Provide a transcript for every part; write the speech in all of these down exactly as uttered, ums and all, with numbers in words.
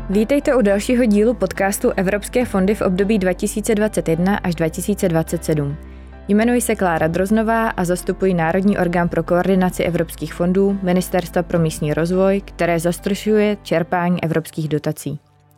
Vítejte u dalšího dílu podcastu Evropské fondy v období dva tisíce dvacet jedna až dva tisíce dvacet sedm. Jmenuji se Klára Droznová a zastupuji Národní orgán pro koordinaci evropských fondů Ministerstva pro místní rozvoj, které zastřešuje čerpání evropských dotací.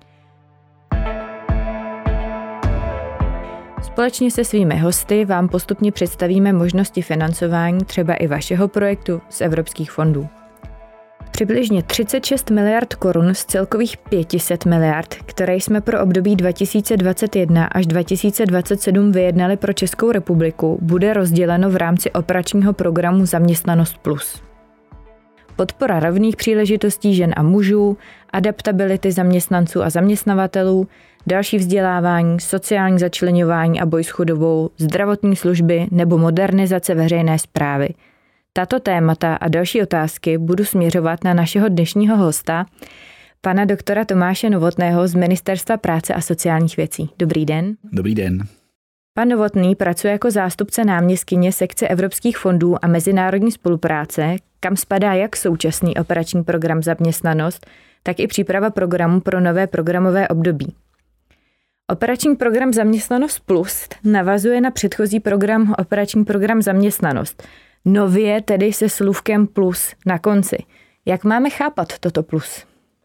Společně se svými hosty vám postupně představíme možnosti financování třeba i vašeho projektu z evropských fondů. Přibližně třicet šest miliard korun z celkových pět set miliard, které jsme pro období dva tisíce dvacet jedna až dva tisíce dvacet sedm vyjednali pro Českou republiku, bude rozděleno v rámci operačního programu Zaměstnanost plus. Podpora rovných příležitostí žen a mužů, adaptability zaměstnanců a zaměstnavatelů, další vzdělávání, sociální začleňování a boj s chudobou, zdravotní služby nebo modernizace veřejné správy. Tato témata a další otázky budu směřovat na našeho dnešního hosta, pana doktora Tomáše Novotného z Ministerstva práce a sociálních věcí. Dobrý den. Dobrý den. Pan Novotný pracuje jako zástupce náměstkyně sekce evropských fondů a mezinárodní spolupráce, kam spadá jak současný operační program Zaměstnanost, tak i příprava programu pro nové programové období. Operační program Zaměstnanost plus navazuje na předchozí program operační program Zaměstnanost. Nově tedy se slůvkem plus na konci. Jak máme chápat toto plus?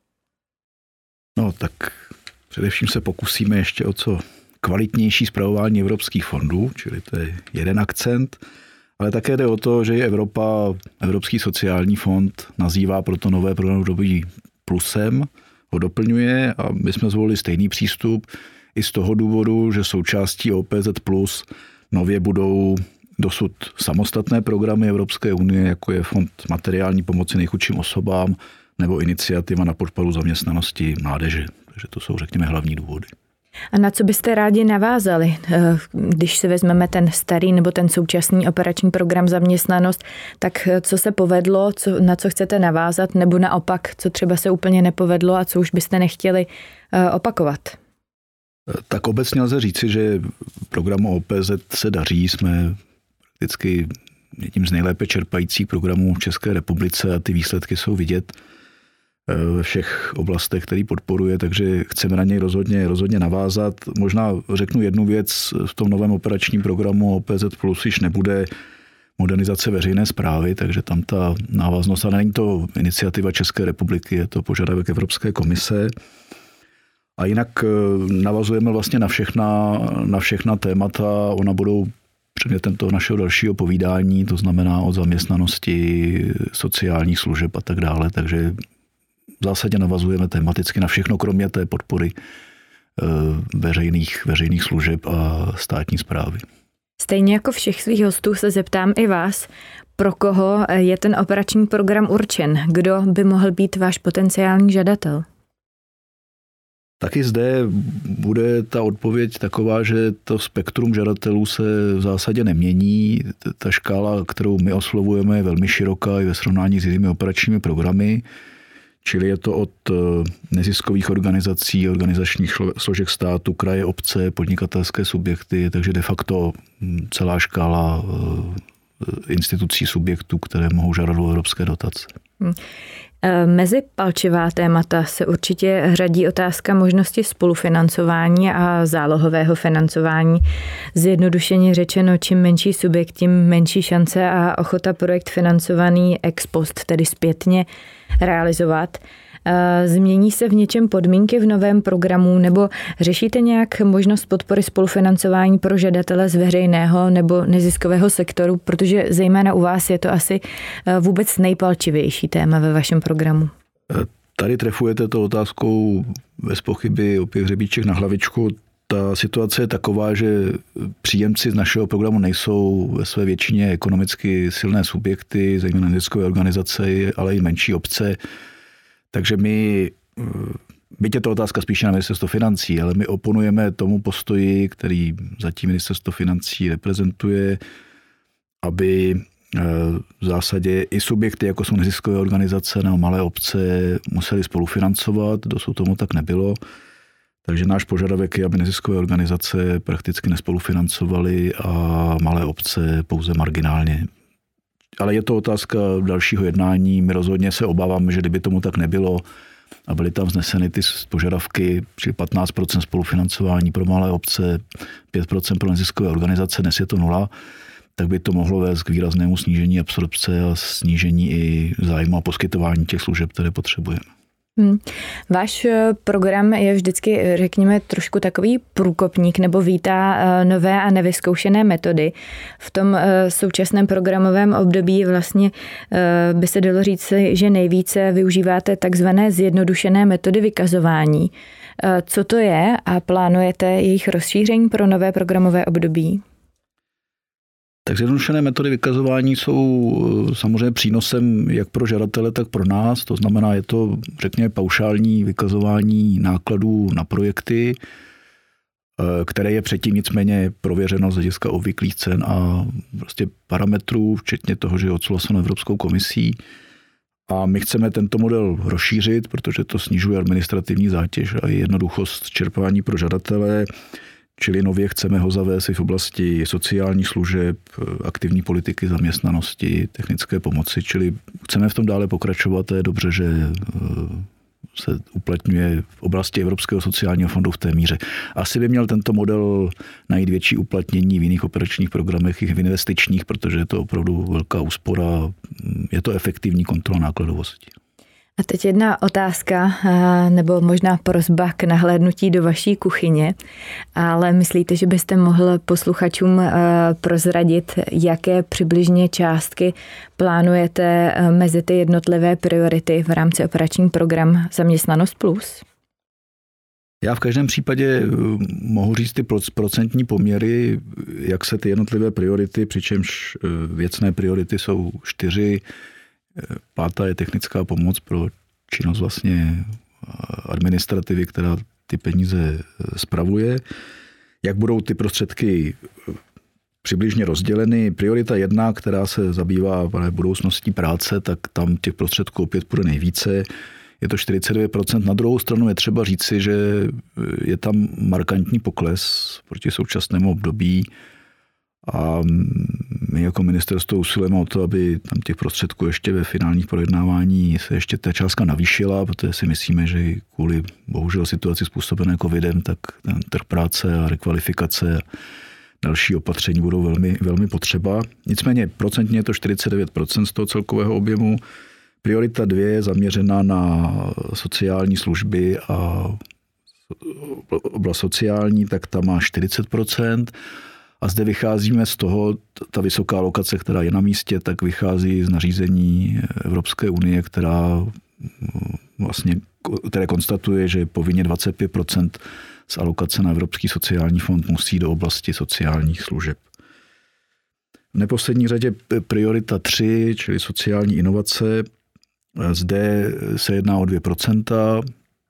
No tak především se pokusíme ještě o co kvalitnější spravování evropských fondů, čili to je jeden akcent, ale také jde o to, že je Evropa, Evropský sociální fond nazývá proto nové programové období plusem, ho doplňuje a my jsme zvolili stejný přístup i z toho důvodu, že součástí O P Z plus nově budou dosud samostatné programy Evropské unie, jako je Fond materiální pomoci nejchudším osobám nebo iniciativa na podporu zaměstnanosti mládeže. Takže to jsou, řekněme, hlavní důvody. A na co byste rádi navázali, když si vezmeme ten starý nebo ten současný operační program Zaměstnanost, tak co se povedlo, co, na co chcete navázat, nebo naopak, co třeba se úplně nepovedlo a co už byste nechtěli opakovat? Tak obecně lze říci, že programu O P Z se daří, jsme vždycky jedním z nejlépe čerpajících programů v České republice a ty výsledky jsou vidět ve všech oblastech, který podporuje, takže chceme na něj rozhodně, rozhodně navázat. Možná řeknu jednu věc, v tom novém operačním programu O P Z plus již nebude modernizace veřejné správy, takže tam ta návaznost, a není to iniciativa České republiky, je to požadavek Evropské komise. A jinak navazujeme vlastně na všechna, na všechna témata, ona budou předmětem toho našeho dalšího povídání, to znamená od zaměstnanosti, sociálních služeb a tak dále, takže v zásadě navazujeme tematicky na všechno, kromě té podpory veřejných, veřejných služeb a státní správy. Stejně jako všech svých hostů se zeptám i vás, pro koho je ten operační program určen? Kdo by mohl být váš potenciální žadatel? Taky zde bude ta odpověď taková, že to spektrum žadatelů se v zásadě nemění. Ta škála, kterou my oslovujeme, je velmi široká i ve srovnání s jinými operačními programy. Čili je to od neziskových organizací, organizačních složek státu, kraje, obce, podnikatelské subjekty, takže de facto celá škála institucí, subjektů, které mohou žádat o evropské dotace. Hmm. Mezi palčivá témata se určitě řadí otázka možnosti spolufinancování a zálohového financování. Zjednodušeně řečeno, čím menší subjekt, tím menší šance a ochota projekt financovaný ex post, tedy zpětně, realizovat. Změní se v něčem podmínky v novém programu nebo řešíte nějak možnost podpory spolufinancování pro žadatele z veřejného nebo neziskového sektoru, protože zejména u vás je to asi vůbec nejpalčivější téma ve vašem programu? Tady trefujete to otázkou bez pochyby opět hřebíček na hlavičku. Ta situace je taková, že příjemci z našeho programu nejsou ve své většině ekonomicky silné subjekty, zejména neziskové organizace, ale i menší obce. Takže my, byť je to otázka spíše na ministerstvo financí, ale my oponujeme tomu postoji, který zatím ministerstvo financí reprezentuje, aby v zásadě i subjekty, jako jsou neziskové organizace nebo malé obce, museli spolufinancovat, dosud tomu tak nebylo. Takže náš požadavek je, aby neziskové organizace prakticky nespolufinancovaly a malé obce pouze marginálně. Ale je to otázka dalšího jednání. My rozhodně se obáváme, že kdyby tomu tak nebylo, a byly tam vzneseny ty požadavky, čili patnáct procent spolufinancování pro malé obce, pět procent pro neziskové organizace, dnes je to nula, tak by to mohlo vést k výraznému snížení absorpce a snížení i zájmu a poskytování těch služeb, které potřebujeme. Hmm. Váš program je vždycky, řekněme, trošku takový průkopník nebo vítá nové a nevyzkoušené metody. V tom současném programovém období vlastně by se dalo říct, že nejvíce využíváte takzvané zjednodušené metody vykazování. Co to je a plánujete jejich rozšíření pro nové programové období? Tak zjednodušené metody vykazování jsou samozřejmě přínosem jak pro žadatele, tak pro nás. To znamená, je to, řekněme, paušální vykazování nákladů na projekty, které je předtím nicméně prověřeno z hlediska obvyklých cen a prostě parametrů, včetně toho, že je odsouhlaseno Evropskou komisí. A my chceme tento model rozšířit, protože to snižuje administrativní zátěž a jednoduchost čerpání pro žadatele. Čili nově chceme ho zavést i v oblasti sociálních služeb, aktivní politiky zaměstnanosti, technické pomoci. Čili chceme v tom dále pokračovat. Je dobře, že se uplatňuje v oblasti Evropského sociálního fondu v té míře. Asi by měl tento model najít větší uplatnění v jiných operačních programech, i v investičních, protože je to opravdu velká úspora. Je to efektivní kontrola nákladovosti. A teď jedna otázka, nebo možná prosba k nahlédnutí do vaší kuchyně, ale myslíte, že byste mohl posluchačům prozradit, jaké přibližně částky plánujete mezi ty jednotlivé priority v rámci operační program Zaměstnanost plus? Já v každém případě mohu říct ty procentní poměry, jak se ty jednotlivé priority, přičemž věcné priority jsou čtyři. Pátá je technická pomoc pro činnost vlastně administrativy, která ty peníze spravuje. Jak budou ty prostředky přibližně rozděleny? Priorita jedna, která se zabývá budoucností práce, tak tam těch prostředků opět půjde nejvíce. Je to čtyřicet devět procent. Na druhou stranu je třeba říci, že je tam markantní pokles proti současnému období. A my jako ministerstvo usilujeme o to, aby tam těch prostředků ještě ve finálních projednávání se ještě ta částka navýšila, protože si myslíme, že kvůli bohužel situaci způsobené covidem, tak ten trh práce a rekvalifikace a další opatření budou velmi, velmi potřeba. Nicméně procentně je to čtyřicet devět procent z toho celkového objemu. Priorita dvě je zaměřena na sociální služby a oblast sociální, tak tam má čtyřicet procent. A zde vycházíme z toho, ta vysoká alokace, která je na místě, tak vychází z nařízení Evropské unie, která vlastně, které konstatuje, že povinně dvacet pět procent z alokace na Evropský sociální fond musí do oblasti sociálních služeb. V neposlední řadě priorita tři, čili sociální inovace. Zde se jedná o dvě procenta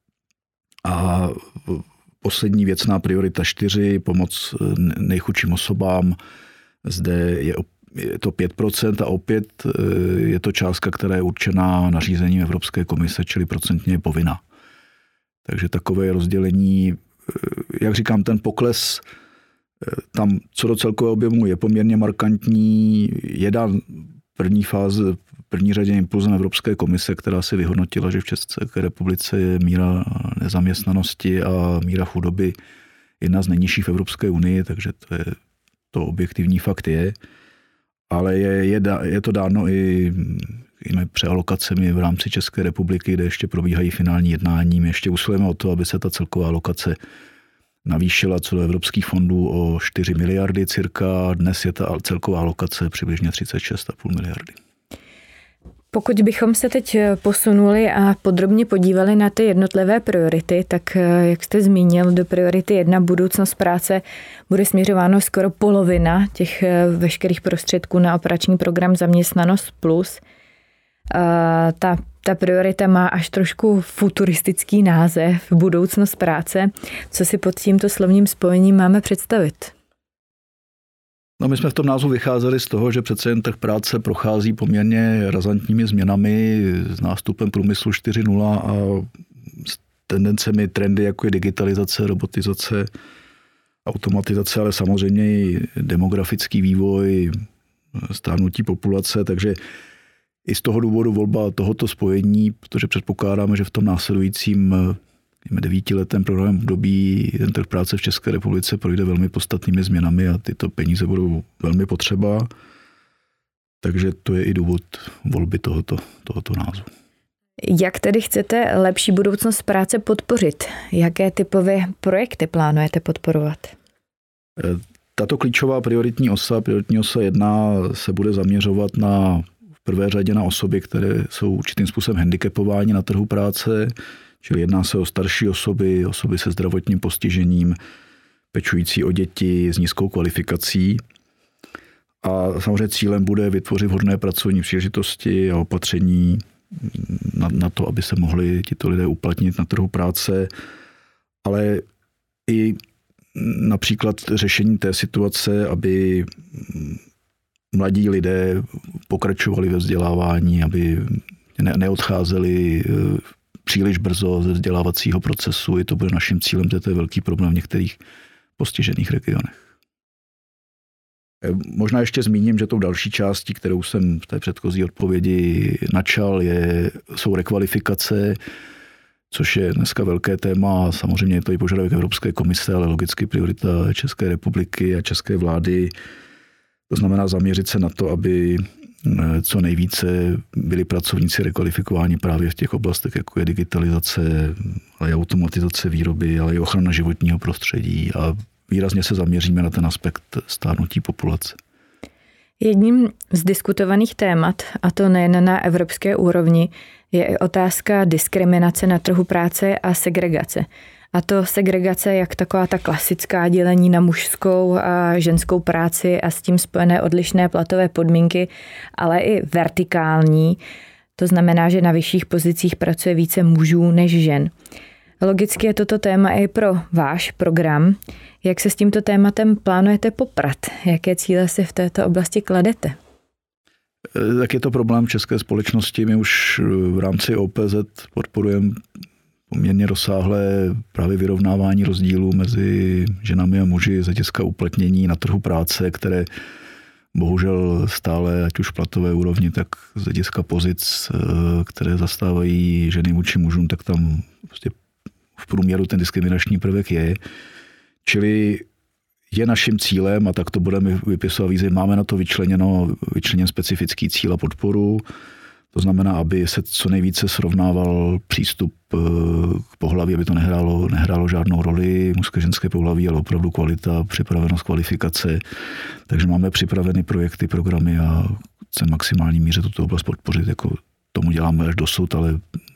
a poslední věcná priorita čtyři, pomoc nejchudším osobám, zde je, je to pět procent a opět je to částka, která je určená nařízením Evropské komise, čili procentně je povinná. Takže takové rozdělení, jak říkám, ten pokles tam co do celkového objemu je poměrně markantní. Je dán první fáze, první řadě impulzem Evropské komise, která si vyhodnotila, že v České republice je míra nezaměstnanosti a míra chudoby jedna z nejnižších v Evropské unii, takže to je to objektivní fakt je. Ale je, je, je to dáno i jinými přealokacemi v rámci České republiky, kde ještě probíhají finální jednání. My ještě usilujeme o to, aby se ta celková alokace navýšila co do evropských fondů o čtyři miliardy cirka. Dnes je ta celková alokace přibližně třicet šest celá pět miliardy. Pokud bychom se teď posunuli a podrobně podívali na ty jednotlivé priority, tak jak jste zmínil, do priority jedna budoucnost práce bude směřováno skoro polovina těch veškerých prostředků na operační program Zaměstnanost plus. Ta, ta priorita má až trošku futuristický název, budoucnost práce. Co si pod tímto slovním spojením máme představit? No, my jsme v tom názvu vycházeli z toho, že přece jen trh práce prochází poměrně razantními změnami s nástupem průmyslu čtyři tečka nula a s tendencemi, trendy, jako je digitalizace, robotizace, automatizace, ale samozřejmě i demografický vývoj, stárnutí populace, takže i z toho důvodu volba tohoto spojení, protože předpokládáme, že v tom následujícím devítiletém programem období ten trh práce v České republice projde velmi podstatnými změnami a tyto peníze budou velmi potřeba. Takže to je i důvod volby tohoto, tohoto názvu. Jak tedy chcete lepší budoucnost práce podpořit? Jaké typové projekty plánujete podporovat? Tato klíčová prioritní osa, prioritní osa jedna, se bude zaměřovat na v prvé řadě na osoby, které jsou určitým způsobem handicapováni na trhu práce, čili jedná se o starší osoby, osoby se zdravotním postižením, pečující o děti s nízkou kvalifikací. A samozřejmě cílem bude vytvořit vhodné pracovní příležitosti a opatření na, na to, aby se mohli tito lidé uplatnit na trhu práce, ale i například řešení té situace, aby mladí lidé pokračovali ve vzdělávání, aby ne, neodcházeli příliš brzo ze vzdělávacího procesu. I to bude naším cílem, to je velký problém v některých postižených regionech. Možná ještě zmíním, že tou další částí, kterou jsem v té předchozí odpovědi načal, je, jsou rekvalifikace, což je dneska velké téma. Samozřejmě je to i požadavek Evropské komise, ale logicky priorita České republiky a české vlády. To znamená zaměřit se na to, aby co nejvíce byli pracovníci rekvalifikováni právě v těch oblastech, jako je digitalizace, ale i automatizace výroby, ale i ochrana životního prostředí, a výrazně se zaměříme na ten aspekt stárnutí populace. Jedním z diskutovaných témat, a to nejen na evropské úrovni, je i otázka diskriminace na trhu práce a segregace. A to segregace jak taková ta klasická dělení na mužskou a ženskou práci a s tím spojené odlišné platové podmínky, ale i vertikální. To znamená, že na vyšších pozicích pracuje více mužů než žen. Logicky je toto téma i pro váš program. Jak se s tímto tématem plánujete poprat? Jaké cíle si v této oblasti kladete? Tak je to problém české společnosti. My už v rámci O P Z podporujeme poměrně rozsáhlé právě vyrovnávání rozdílů mezi ženami a muži z hlediska uplatnění na trhu práce, které bohužel stále, ať už v platové úrovni, tak z hlediska pozic, které zastávají ženy vůči mužům, tak tam prostě v průměru ten diskriminační prvek je. Čili je naším cílem, a tak to budeme vypisovat výzvy, máme na to vyčleněno, vyčleněn specifický cíl a podporu. To znamená, aby se co nejvíce srovnával přístup k pohlaví, aby to nehrálo, nehrálo žádnou roli mužské ženské pohlaví, ale opravdu kvalita, připravenost, kvalifikace. Takže máme připraveny projekty, programy a chceme v maximální míře tuto oblast podpořit. Jako tomu děláme až dosud, ale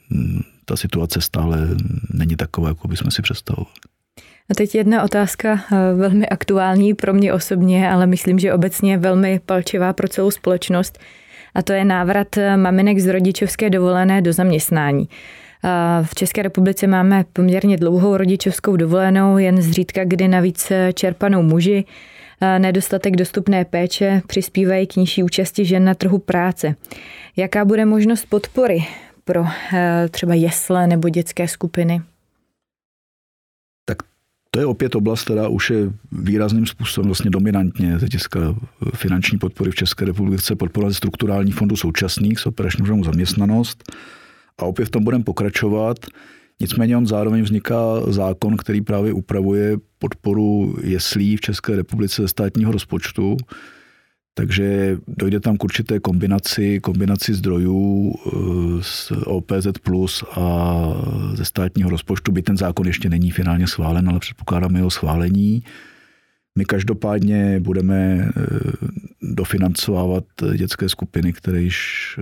ta situace stále není taková, jako bychom si představovali. A teď jedna otázka velmi aktuální pro mě osobně, ale myslím, že obecně velmi palčivá pro celou společnost. A to je návrat maminek z rodičovské dovolené do zaměstnání. V České republice máme poměrně dlouhou rodičovskou dovolenou, jen zřídka kdy navíc čerpanou muži. Nedostatek dostupné péče přispívají k nižší účasti žen na trhu práce. Jaká bude možnost podpory pro třeba jesle nebo dětské skupiny? Tak to je opět oblast, která už je výrazným způsobem vlastně dominantně z hlediska finanční podpory v České republice chce podporovat strukturální fondů současných s operačním programem zaměstnanost. A opět v tom budeme pokračovat. Nicméně on zároveň vzniká zákon, který právě upravuje podporu jeslí v České republice ze státního rozpočtu. Takže dojde tam k určité kombinaci, kombinaci zdrojů z O P Z plus a ze státního rozpočtu, byť ten zákon ještě není finálně schválen, ale předpokládáme jeho schválení. My každopádně budeme dofinancovávat dětské skupiny, které již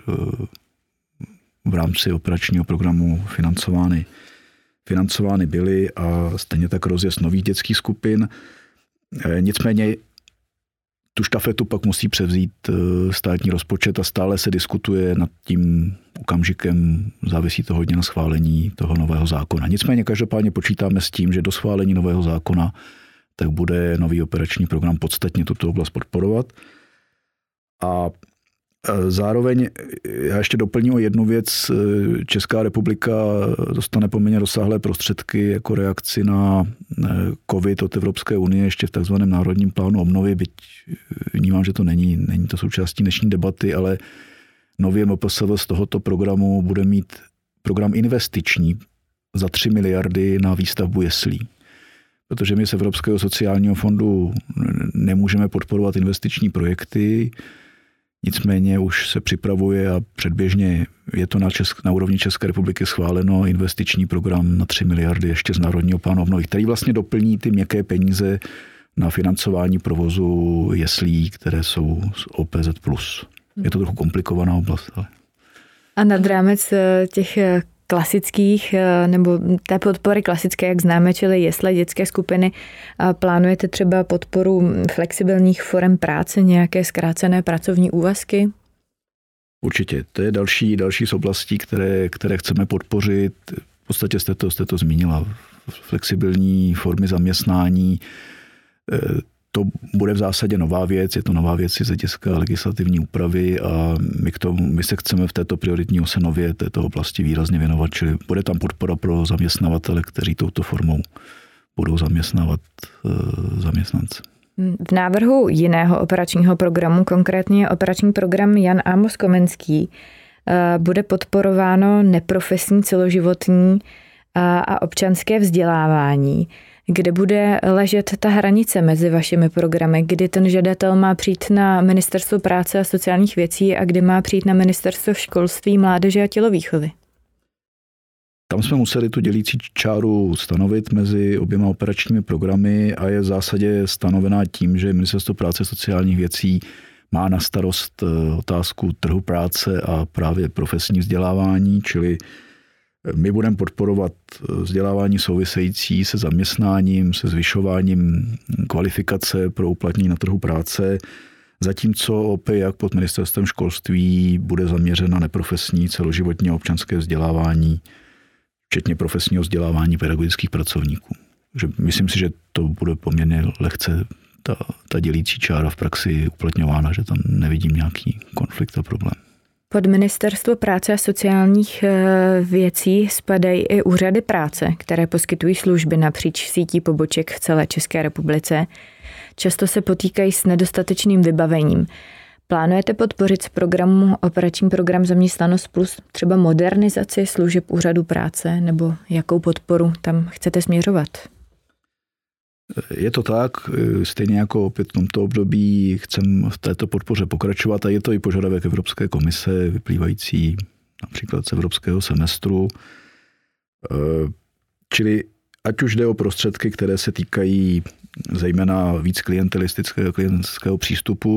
v rámci operačního programu financovány, financovány byly, a stejně tak rozjezd nových dětských skupin. Nicméně tu štafetu pak musí převzít státní rozpočet a stále se diskutuje nad tím okamžikem, závisí to hodně na schválení toho nového zákona. Nicméně každopádně počítáme s tím, že do schválení nového zákona tak bude nový operační program podstatně tuto oblast podporovat. A zároveň já ještě doplním o jednu věc. Česká republika dostane poměrně rozsáhlé prostředky jako reakci na COVID od Evropské unie ještě v takzvaném národním plánu obnovy, byť vnímám, že to není, není to součástí dnešní debaty, ale nově M P S V z tohoto programu bude mít program investiční za tři miliardy na výstavbu jeslí. Protože my z Evropského sociálního fondu nemůžeme podporovat investiční projekty, nicméně už se připravuje a předběžně je to na, Česk, na úrovni České republiky schváleno investiční program na tři miliardy ještě z Národního plánu obnovy, který vlastně doplní ty měkké peníze na financování provozu jeslí, které jsou z O P Z plus. Je to trochu komplikovaná oblast. Ale... A nad rámec těch klasických, nebo té podpory klasické, jak známe, čili jesle, dětské skupiny, plánujete třeba podporu flexibilních forem práce, nějaké zkrácené pracovní úvazky? Určitě. To je další, další z oblastí, které, které chceme podpořit. V podstatě jste to, jste to zmínila. Flexibilní formy zaměstnání. To bude v zásadě nová věc, je to nová věc z hlediska legislativní úpravy a my, k tomu, my se chceme v této prioritní ose nově této oblasti výrazně věnovat, čili bude tam podpora pro zaměstnavatele, kteří touto formou budou zaměstnávat zaměstnance. V návrhu jiného operačního programu, konkrétně operační program Jan Amos Komenský, bude podporováno neprofesní celoživotní a občanské vzdělávání. Kde bude ležet ta hranice mezi vašimi programy, kdy ten žadatel má přijít na Ministerstvo práce a sociálních věcí a kdy má přijít na Ministerstvo školství, mládeže a tělovýchovy? Tam jsme museli tu dělící čáru stanovit mezi oběma operačními programy a je v zásadě stanovená tím, že Ministerstvo práce a sociálních věcí má na starost otázku trhu práce a právě profesní vzdělávání, čili my budeme podporovat vzdělávání související se zaměstnáním, se zvyšováním kvalifikace pro uplatnění na trhu práce, zatímco O P jak pod ministerstvem školství bude zaměřen na neprofesní celoživotní a občanské vzdělávání, včetně profesního vzdělávání pedagogických pracovníků. Takže myslím si, že to bude poměrně lehce ta, ta dělící čára v praxi uplatňována, že tam nevidím nějaký konflikt a problém. Pod Ministerstvo práce a sociálních věcí spadají i úřady práce, které poskytují služby napříč sítí poboček v celé České republice. Často se potýkají s nedostatečným vybavením. Plánujete podpořit z programu operační program Zaměstnanost plus třeba modernizaci služeb úřadu práce, nebo jakou podporu tam chcete směřovat? Je to tak, stejně jako opět v tomto období chcem v této podpoře pokračovat a je to i požadavek Evropské komise vyplývající například z evropského semestru. Čili ať už jde o prostředky, které se týkají zejména víc klientelistického klientského přístupu,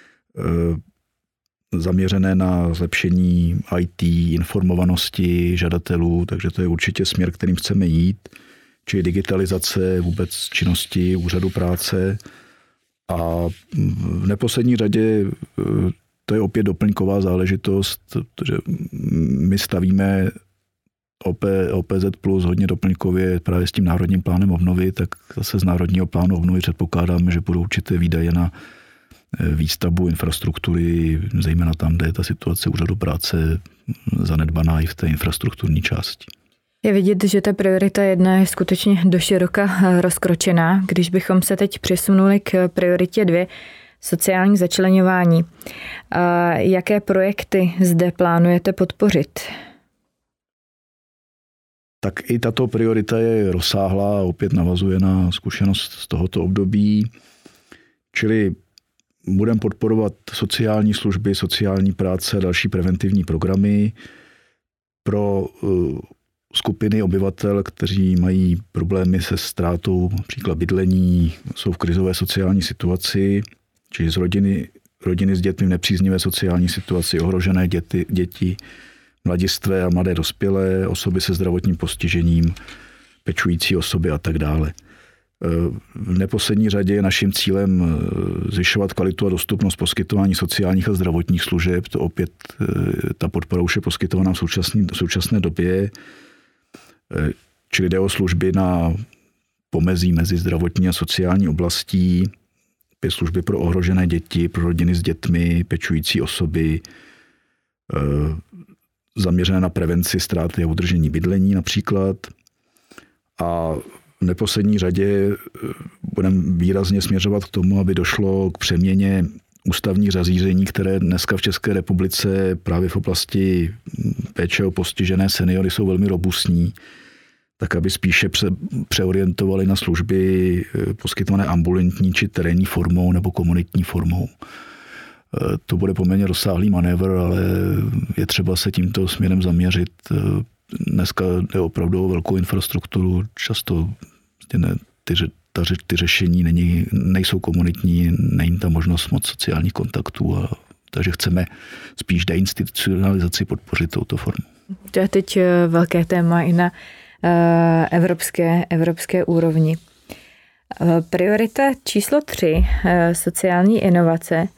zaměřené na zlepšení í té, informovanosti žadatelů, takže to je určitě směr, kterým chceme jít, či digitalizace vůbec činnosti úřadu práce. A v neposlední řadě to je opět doplňková záležitost, protože my stavíme O P Z plus hodně doplňkově právě s tím Národním plánem obnovy, tak zase z Národního plánu obnovy předpokládáme, že budou určité výdaje na výstavbu infrastruktury, zejména tam, kde je ta situace úřadu práce zanedbaná i v té infrastrukturní části. Je vidět, že ta priorita jedna je skutečně doširoka rozkročená. Když bychom se teď přesunuli k prioritě dvě, sociální začleňování. A jaké projekty zde plánujete podpořit? Tak i tato priorita je rozsáhlá a opět navazuje na zkušenost z tohoto období. Čili budeme podporovat sociální služby, sociální práce a další preventivní programy pro skupiny obyvatel, kteří mají problémy se ztrátou například bydlení, jsou v krizové sociální situaci, či z rodiny, rodiny s dětmi v nepříznivé sociální situaci, ohrožené děti, děti, mladistvé a mladé dospělé, osoby se zdravotním postižením, pečující osoby a tak dále. V neposlední řadě je naším cílem zvyšovat kvalitu a dostupnost poskytování sociálních a zdravotních služeb. To opět ta podpora už je poskytovaná v současné, v současné době. Čili jde o služby na pomezí mezi zdravotní a sociální oblastí, služby pro ohrožené děti, pro rodiny s dětmi, pečující osoby, zaměřené na prevenci ztráty a udržení bydlení například. A v neposlední řadě budeme výrazně směřovat k tomu, aby došlo k přeměně ústavních zařízení, které dneska v České republice právě v oblasti péče o postižené seniory jsou velmi robustní, tak aby spíše pře, přeorientovali na služby poskytované ambulantní či terénní formou nebo komunitní formou. To bude poměrně rozsáhlý manévr, ale je třeba se tímto směrem zaměřit. Dneska jde opravdu o velkou infrastrukturu, často ne, ty, ta, ty řešení není, nejsou komunitní, není tam možnost moc sociálních kontaktů, a, takže chceme spíš deinstitucionalizaci podpořit touto formou. To je teď velké téma i na evropské, evropské úrovni. Priorita číslo tři, sociální inovace.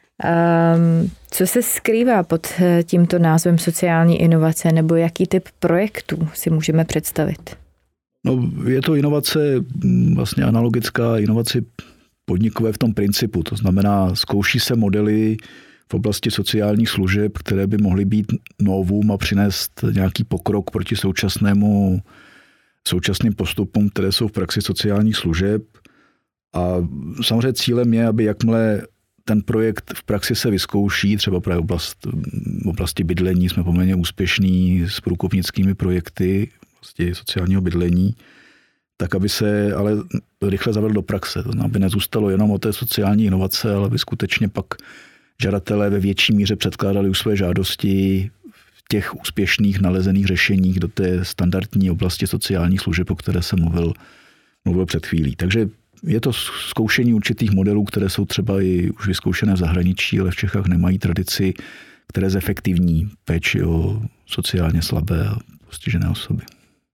Co se skrývá pod tímto názvem sociální inovace, nebo jaký typ projektů si můžeme představit? No, je to inovace vlastně analogická inovaci podnikové v tom principu. To znamená, zkouší se modely v oblasti sociálních služeb, které by mohly být novům a přinést nějaký pokrok proti současnému, současným postupům, které jsou v praxi sociálních služeb. A samozřejmě cílem je, aby jakmile ten projekt v praxi se vyzkouší, třeba právě oblast, v oblasti bydlení jsme poměrně úspěšní s průkopnickými projekty vlastně sociálního bydlení, tak aby se ale rychle zavedl do praxe. To znamená, aby nezůstalo jenom o té sociální inovace, ale aby skutečně pak žadatelé ve větší míře předkládali už své žádosti v těch úspěšných nalezených řešeních do té standardní oblasti sociálních služeb, o které jsem mluvil, mluvil před chvílí. Takže je to zkoušení určitých modelů, které jsou třeba i už vyzkoušené v zahraničí, ale v Čechách nemají tradici, které zefektivní péči o sociálně slabé a postižené osoby.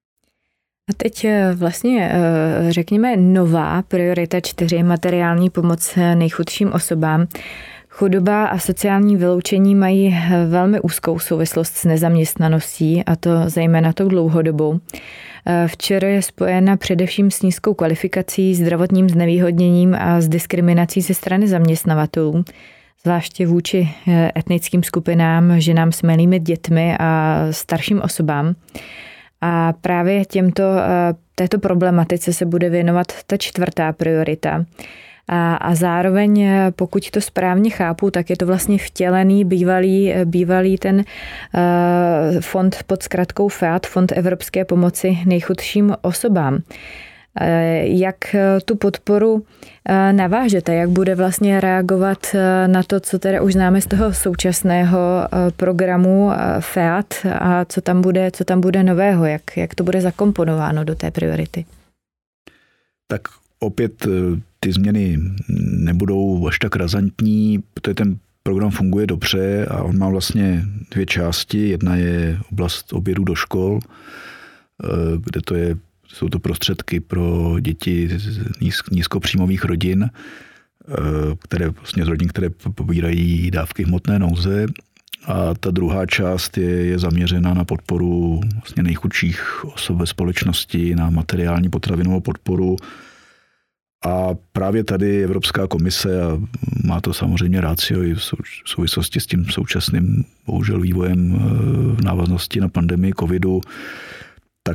A teď vlastně řekněme nová priorita čtyři, materiální pomoc nejchudším osobám. Chudoba a sociální vyloučení mají velmi úzkou souvislost s nezaměstnaností, a to zejména tou dlouhodobou. Včera je spojena především s nízkou kvalifikací, zdravotním znevýhodněním a s diskriminací ze strany zaměstnavatelů, zvláště vůči etnickým skupinám, ženám s malými dětmi a starším osobám. A právě těmto, této problematice se bude věnovat ta čtvrtá priorita. A, a zároveň, pokud to správně chápu, tak je to vlastně vtělený bývalý, bývalý ten uh, fond pod zkratkou F E A T, Fond Evropské pomoci nejchudším osobám. Uh, jak tu podporu uh, navážete, jak bude vlastně reagovat uh, na to, co teda už známe z toho současného uh, programu uh, F E A T a co tam bude, co tam bude nového, jak, jak to bude zakomponováno do té priority? Tak opět ty změny nebudou až tak razantní, protože ten program funguje dobře a on má vlastně dvě části. Jedna je oblast obědů do škol, kde to je, jsou to prostředky pro děti z nízkopříjmových rodin, které vlastně z rodin, které pobírají dávky hmotné nouze. A ta druhá část je, je zaměřena na podporu vlastně nejchudších osob ve společnosti, na materiální potravinovou podporu. A právě tady Evropská komise, a má to samozřejmě ratio i v souvislosti s tím současným bohužel vývojem v návaznosti na pandemii covidu, tak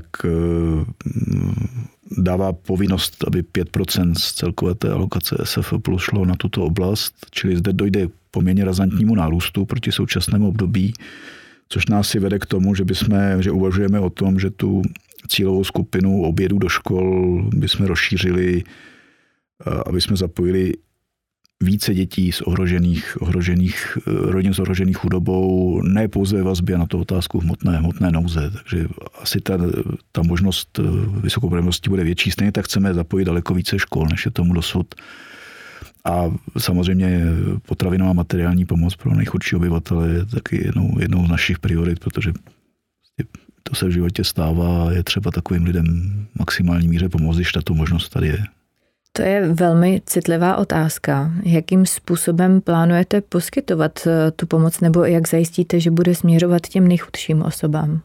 dává povinnost, aby pět procent z celkové té alokace S F plus šlo na tuto oblast, čili zde dojde k poměrně razantnímu nárůstu proti současnému období, což nás i vede k tomu, že, bychom, že uvažujeme o tom, že tu cílovou skupinu obědů do škol bychom rozšířili, aby jsme zapojili více dětí z ohrožených, ohrožených rodin s ohrožených chudobou, ne pouze ve vazbě na tu otázku hmotné, hmotné nouze. Takže asi ta, ta možnost vysokoprávnosti bude větší. Stejně tak chceme zapojit daleko více škol, než je tomu dosud. A samozřejmě potravinová materiální pomoc pro nejchudší obyvatele je taky jednou, jednou z našich priorit, protože to se v životě stává a je třeba takovým lidem v maximální míře pomoct, když tato možnost tady je. To je velmi citlivá otázka. Jakým způsobem plánujete poskytovat tu pomoc, nebo jak zajistíte, že bude směřovat těm nejchudším osobám?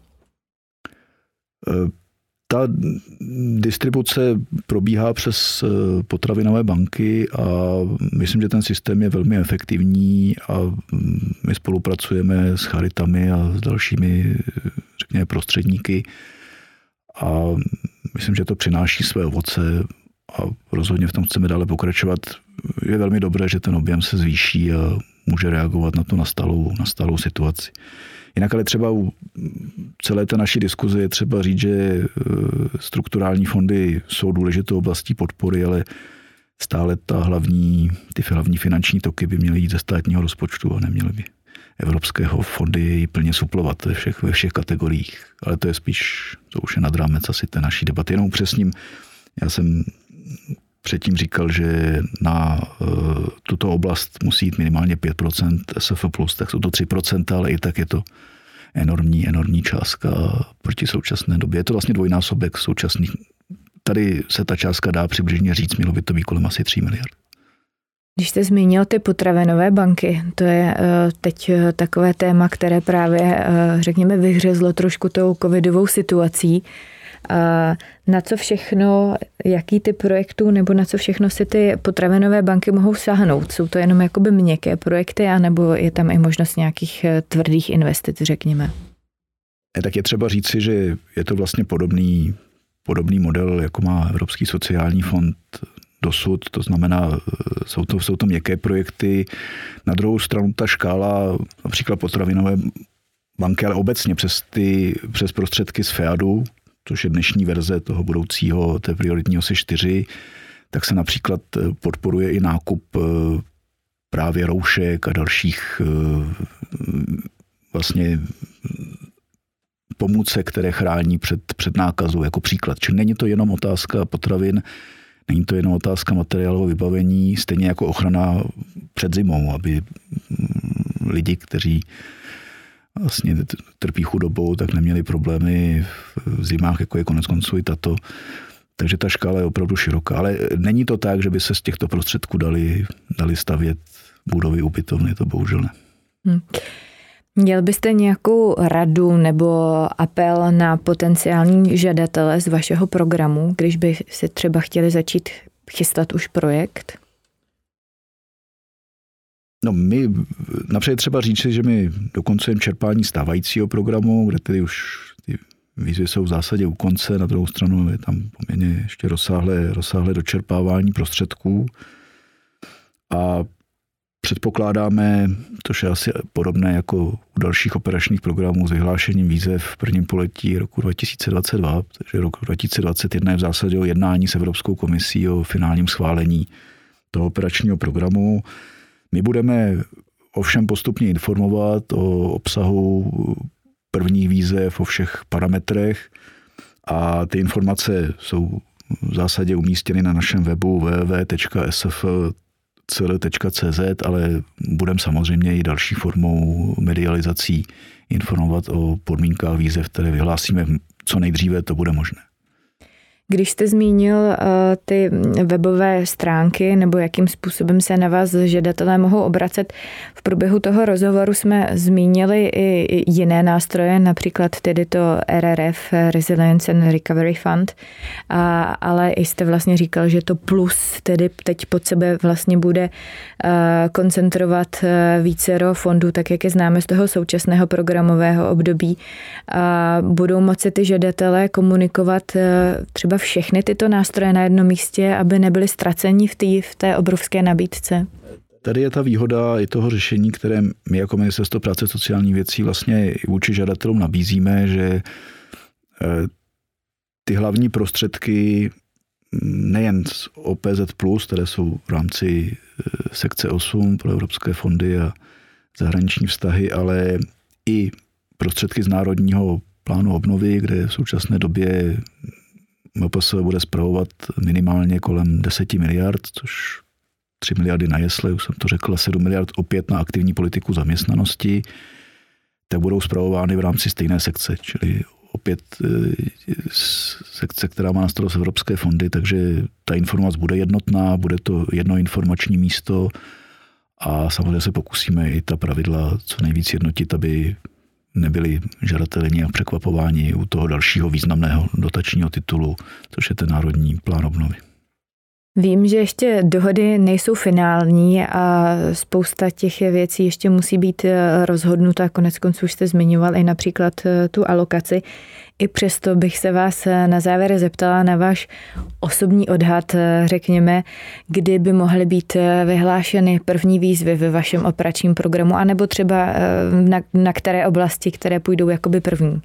Ta distribuce probíhá přes potravinové banky a myslím, že ten systém je velmi efektivní a my spolupracujeme s charitami a s dalšími, řekněme, prostředníky a myslím, že to přináší své ovoce a rozhodně v tom chceme dále pokračovat. je velmi dobré, že ten objem se zvýší a může reagovat na tu nastalou, nastalou situaci. Jinak ale třeba u celé té naší diskuze je třeba říct, že strukturální fondy jsou důležitou oblastí podpory, ale stále ta hlavní, ty hlavní finanční toky by měly jít ze státního rozpočtu a neměly by evropského fondy jej plně suplovat ve všech, ve všech kategoriích. Ale to je spíš, to už je nad rámec asi té naší debaty. Jenom upřesním, já jsem předtím říkal, že na uh, tuto oblast musí jít minimálně pět procent S F plus, tak jsou to tři procenta, ale i tak je to enormní, enormní částka proti současné době. Je to vlastně dvojnásobek současných. Tady se ta částka dá přibližně říct, mělo by to být kolem asi tři miliard. Když jste zmínil ty potravinové banky, to je teď takové téma, které právě, řekněme, vyhřezlo trošku tou covidovou situací. Na co všechno, jaký typ projektů nebo na co všechno si ty potravinové banky mohou sáhnout? Jsou to jenom jakoby měkké projekty, anebo je tam i možnost nějakých tvrdých investic, řekněme? Tak je třeba říci, že je to vlastně podobný, podobný model, jako má Evropský sociální fond dosud, to znamená, jsou to, jsou to měkké projekty. Na druhou stranu ta škála, například potravinové banky, ale obecně přes, ty, přes prostředky z FEADu, což je dnešní verze toho budoucího, té prioritní osy čtyři, tak se například podporuje i nákup právě roušek a dalších vlastně pomůcek, které chrání před, před nákazou, jako příklad. Čili není to jenom otázka potravin, není to jenom otázka materiálového vybavení, stejně jako ochrana před zimou, aby lidi, kteří vlastně trpí chudobou, tak neměli problémy v zimách, jako je konec konců i tato. Takže ta škála je opravdu široká. Ale není to tak, že by se z těchto prostředků dali, dali stavět budovy, ubytovny, to bohužel ne. Hmm. Měl byste nějakou radu nebo apel na potenciální žadatele z vašeho programu, když by si třeba chtěli začít chystat už projekt? No my, napřed třeba říct, že my dokoncujeme čerpání stávajícího programu, kde tedy už ty výzvy jsou v zásadě u konce, na druhou stranu je tam poměrně ještě rozsáhlé, rozsáhlé dočerpávání prostředků a předpokládáme, což je asi podobné jako u dalších operačních programů s vyhlášením výzev v prvním poletí roku dva tisíce dvacet dva, takže rok dva tisíce dvacet jedna je v zásadě o jednání s Evropskou komisí o finálním schválení toho operačního programu. My budeme ovšem postupně informovat o obsahu prvních výzev, o všech parametrech a ty informace jsou v zásadě umístěny na našem webu w w w tečka s f c l tečka c z, ale budeme samozřejmě i další formou medializací informovat o podmínkách výzev, které vyhlásíme co nejdříve, to bude možné. Když jste zmínil uh, ty webové stránky nebo jakým způsobem se na vás žadatelé mohou obracet, v průběhu toho rozhovoru jsme zmínili i jiné nástroje, například tedy to R R F, Resilience and Recovery Fund, a, ale jste vlastně říkal, že to plus tedy teď pod sebe vlastně bude uh, koncentrovat uh, vícero fondů, tak jak je známe z toho současného programového období. Uh, budou moci ty žadatelé komunikovat uh, třeba všechny tyto nástroje na jednom místě, aby nebyli ztraceni v té, v té obrovské nabídce? Tady je ta výhoda i toho řešení, které my jako Ministerstvo práce a sociálních věcí vlastně vůči žadatelům nabízíme, že ty hlavní prostředky nejen z O P Z plus, které jsou v rámci sekce osm pro evropské fondy a zahraniční vztahy, ale i prostředky z Národního plánu obnovy, kde v současné době M P S bude spravovat minimálně kolem deset miliard, což tři miliardy na jesle, už jsem to řekl, sedm miliard opět na aktivní politiku zaměstnanosti, tak budou spravovány v rámci stejné sekce, čili opět sekce, která má na starost evropské fondy, takže ta informace bude jednotná, bude to jedno informační místo a samozřejmě se pokusíme i ta pravidla co nejvíc jednotit, aby nebyli žadatelé nějak překvapováni u toho dalšího významného dotačního titulu, což je ten Národní plán obnovy. Vím, že ještě dohody nejsou finální a spousta těch věcí ještě musí být rozhodnuta. Konec konců už jste zmiňoval i například tu alokaci. I přesto bych se vás na závěr zeptala na váš osobní odhad, řekněme, kdy by mohly být vyhlášeny první výzvy ve vašem operačním programu, anebo třeba na, na které oblasti, které půjdou jakoby první.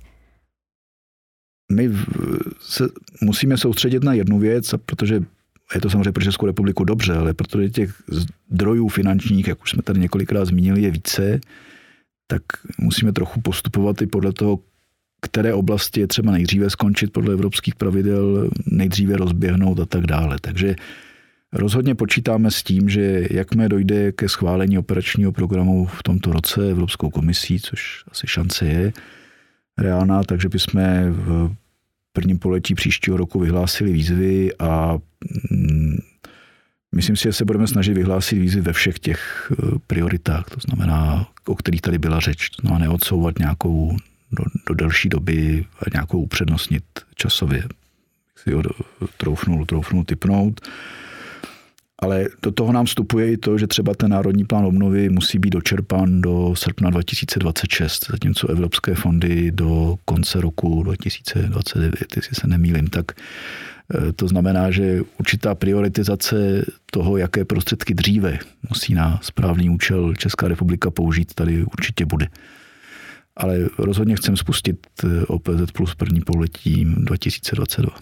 My se musíme soustředit na jednu věc, protože je to samozřejmě pro Českou republiku dobře, ale protože těch zdrojů finančních, jak už jsme tady několikrát zmínili, je více, tak musíme trochu postupovat i podle toho, které oblasti je třeba nejdříve skončit podle evropských pravidel, nejdříve rozběhnout a tak dále. Takže rozhodně počítáme s tím, že jakmile dojde ke schválení operačního programu v tomto roce Evropskou komisí, což asi šance je reálná, takže bychom v prvním poletí příštího roku vyhlásili výzvy a myslím si, že se budeme snažit vyhlásit výzvy ve všech těch prioritách, to znamená, o kterých tady byla řeč. To znamená neodsouvat nějakou do, do delší doby a nějakou upřednostnit časově. Si ho troufnul, troufnul typnout. Ale do toho nám vstupuje i to, že třeba ten národní plán obnovy musí být dočerpán do srpna dva tisíce dvacet šest, zatímco evropské fondy do konce roku dva tisíce dvacet devět, jestli se nemýlím. Tak to znamená, že určitá prioritizace toho, jaké prostředky dříve musí na správný účel Česká republika použít, tady určitě bude. Ale rozhodně chcem spustit O P Z plus první pololetí dva tisíce dvacet dva.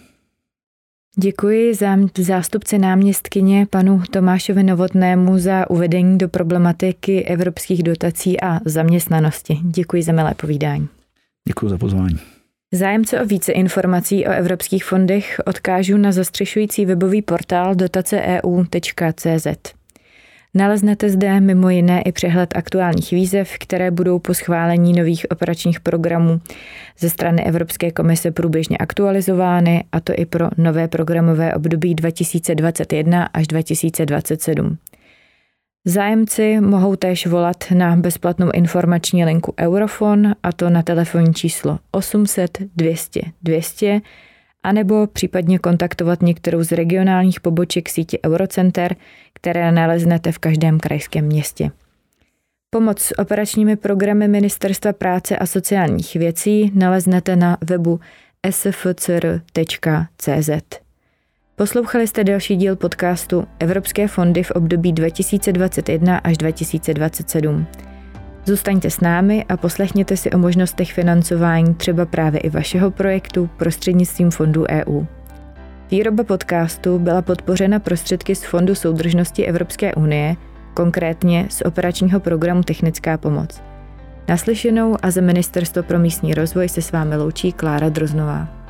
Děkuji za zástupci náměstkyně panu Tomášovi Novotnému za uvedení do problematiky evropských dotací a zaměstnanosti. Děkuji za milé povídání. Děkuji za pozvání. Zájemce o více informací o evropských fondech odkážu na zastřešující webový portál dotace e u tečka cé zet. Naleznete zde mimo jiné i přehled aktuálních výzev, které budou po schválení nových operačních programů ze strany Evropské komise průběžně aktualizovány, a to i pro nové programové období dva tisíce dvacet jedna až dva tisíce dvacet sedm. Zájemci mohou též volat na bezplatnou informační linku Eurofon, a to na telefonní číslo osm set dvě stě dvě stě, anebo případně kontaktovat některou z regionálních poboček sítě Eurocenter, které naleznete v každém krajském městě. Pomoc s operačními programy Ministerstva práce a sociálních věcí naleznete na webu s f c r tečka cé zet. Poslouchali jste další díl podcastu Evropské fondy v období dva tisíce dvacet jedna až dva tisíce dvacet sedm. Zůstaňte s námi a poslechněte si o možnostech financování třeba právě i vašeho projektu prostřednictvím fondů E U. Výroba podcastu byla podpořena prostředky z Fondu soudržnosti Evropské unie, konkrétně z operačního programu Technická pomoc. Naslyšenou a za Ministerstvo pro místní rozvoj se s vámi loučí Klára Droznová.